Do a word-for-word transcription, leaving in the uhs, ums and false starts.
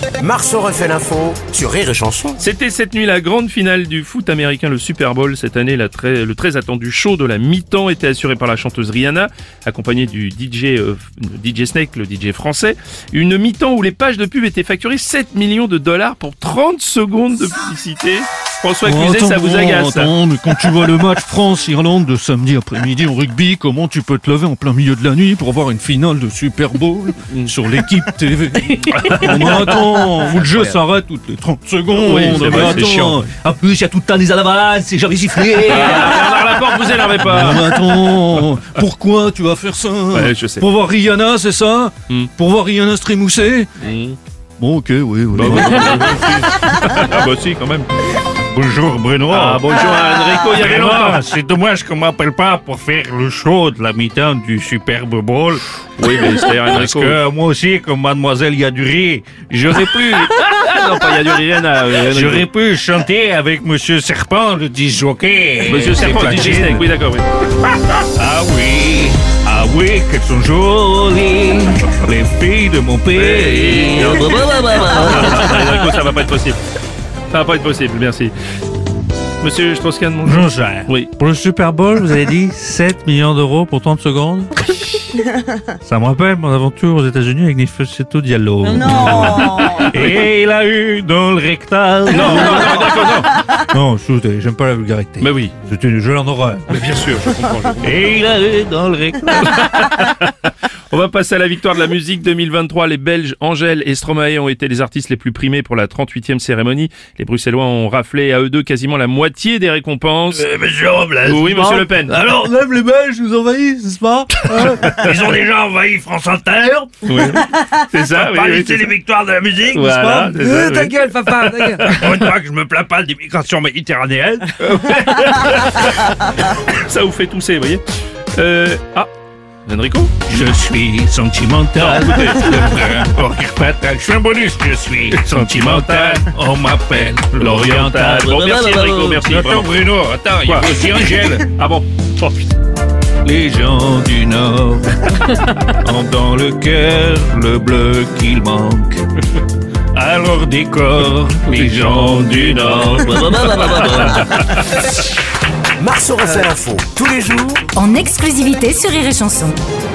Marceau refait l'info sur Rire et Chanson. C'était cette nuit la grande finale du foot américain, le Super Bowl. Cette année, la très, le très attendu show de la mi-temps était assuré par la chanteuse Rihanna, accompagnée du D J, euh, D J Snake, le D J français. Une mi-temps où les pages de pub étaient facturées sept millions de dollars pour trente secondes de publicité. François Oh, Cluzet, attends, ça vous oh, agace ça. attends, mais quand tu vois le match France-Irlande de samedi après-midi en rugby, comment tu peux te lever en plein milieu de la nuit pour voir une finale de Super Bowl sur l'équipe T V? Oh, mais attends, où le jeu s'arrête toutes les trente secondes. Oui, c'est mais vrai, c'est attends. chiant. En plus, il y a tout le temps des à l'avance, c'est jamais sifflé. Ah, Bernard Laporte, vous énervez pas. Mais attends, pourquoi tu vas faire ça? Ouais, je sais. Pour voir Rihanna, c'est ça? Hmm. Pour voir Rihanna se trémousser? Mmh. Bon, ok, oui, oui. Bah, oui. Ah bah si, quand même. Bonjour Bruno. Ah bonjour Enrico, il y avait longtemps. Vraiment, c'est dommage qu'on m'appelle pas pour faire le show de la mi-temps du Super Bowl. Oui, mais c'est Parce Enrico. que moi aussi, comme mademoiselle Yaduri, j'aurais pu, Ah non, pas il y a du Rihanna. euh, Enrico. j'aurais pu chanter avec Monsieur Serpent, le disc jockey. Monsieur Serpent, D J Snake, oui d'accord, oui. Ah oui, ah oui, qu'elles sont jolies, les filles de mon pays. Enrico, ça va pas être possible. Ça va pas être possible, merci. Monsieur Strauss-Kahn, bonjour. Bonjour, Gérard. Oui. Pour le Super Bowl, vous avez dit sept millions d'euros pour trente secondes. Ça me rappelle mon aventure aux États-Unis avec Nifeseto Diallo. Non. Et il a eu dans le rectal. Non, non, non, d'accord, non. Non, écoutez, j'aime pas la vulgarité. Mais oui, C'est une jeu en horreur. mais bien sûr, je comprends. je comprends. Et il a eu dans le rectal. On va passer à la victoire de la musique deux mille vingt-trois. Les Belges Angèle et Stromae ont été les artistes les plus primés pour la trente-huitième cérémonie. Les Bruxellois ont raflé à eux deux quasiment la moitié des récompenses. Monsieur Robles. Oui, monsieur Le Pen. Alors, même les Belges nous envahissent, n'est-ce pas? Ils ont déjà envahi France Inter. Oui. C'est ça, oui, Pas oui, laisser c'est les ça. victoires de la musique, Voilà, c'est ça, oui. gueule, papa, ta gueule. Pour une fois que je me plains pas d'immigration méditerranéenne. Ça vous fait tousser, vous voyez. Euh, ah, Enrico. Je suis sentimental. Pour Kirkpatrick, je suis un bonus. Je suis sentimental. On m'appelle l'oriental. Bon, merci Enrico, merci. Attends vraiment. Bruno, attends, il y a Quoi? aussi Angèle. Ah bon. Oh putain. Les gens du Nord ont dans le cœur le bleu qu'il manque. Alors décor, les gens du Nord. Marceau refait l'info tous les jours En exclusivité sur Rire et Chanson.